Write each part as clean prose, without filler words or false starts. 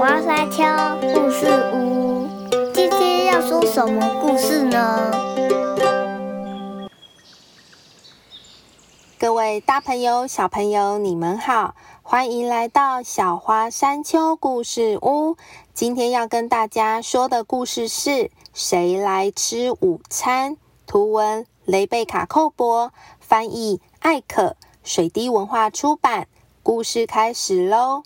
花山丘故事屋，今天要说什么故事呢？ 各位大朋友、小朋友，你们好，欢迎来到小花山丘故事屋。今天要跟大家说的故事是谁来吃午餐？图文雷贝卡·寇博，翻译艾可，水滴文化出版。故事开始咯。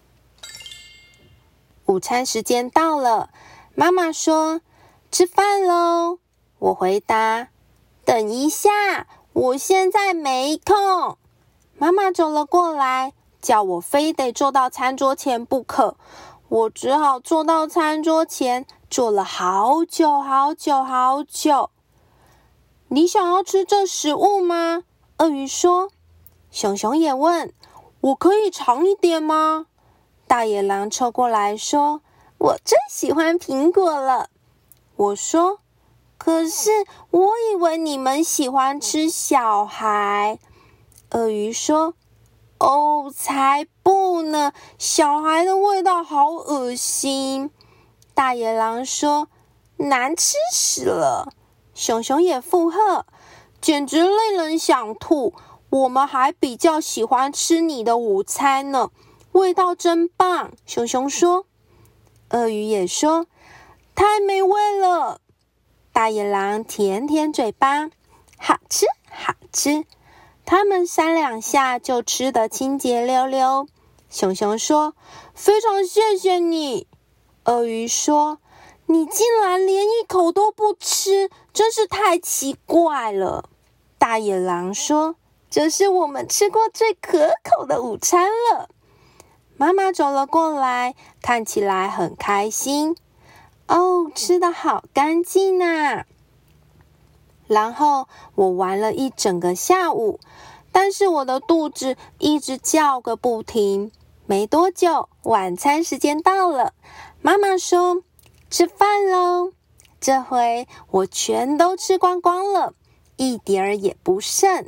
午餐时间到了，妈妈说吃饭咯。我回答等一下，我现在没空。妈妈走了过来，叫我非得坐到餐桌前不可。我只好坐到餐桌前，坐了好久好久好久。你想要吃这食物吗？鳄鱼说。熊熊也问，我可以尝一点吗？大野狼凑过来说，我最喜欢苹果了。我说，可是我以为你们喜欢吃小孩。鳄鱼说，哦，才不呢，小孩的味道好恶心。大野狼说，难吃死了。熊熊也附和，简直令人想吐，我们还比较喜欢吃你的午餐呢，味道真棒。熊熊说。鳄鱼也说，太美味了。大野狼舔舔嘴巴，好吃好吃。他们三两下就吃得清洁溜溜。熊熊说，非常谢谢你。鳄鱼说，你竟然连一口都不吃，真是太奇怪了。大野狼说，这是我们吃过最可口的午餐了。妈妈走了过来，看起来很开心。哦，吃得好干净啊。然后我玩了一整个下午，但是我的肚子一直叫个不停。没多久，晚餐时间到了，妈妈说，吃饭咯。这回我全都吃光光了，一点儿也不剩。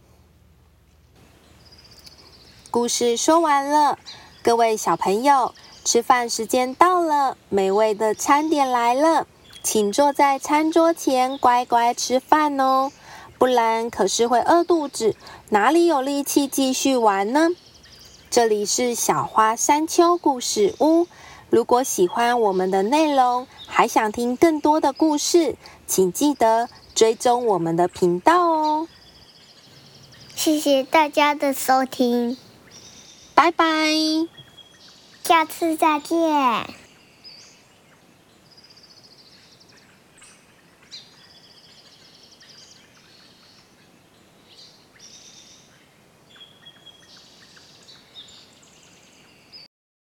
故事说完了，各位小朋友，吃饭时间到了，美味的餐点来了，请坐在餐桌前乖乖吃饭哦，不然可是会饿肚子，哪里有力气继续玩呢？这里是小花山丘故事屋，如果喜欢我们的内容，还想听更多的故事，请记得追踪我们的频道哦。 谢谢大家的收听， 拜拜， 下次再见。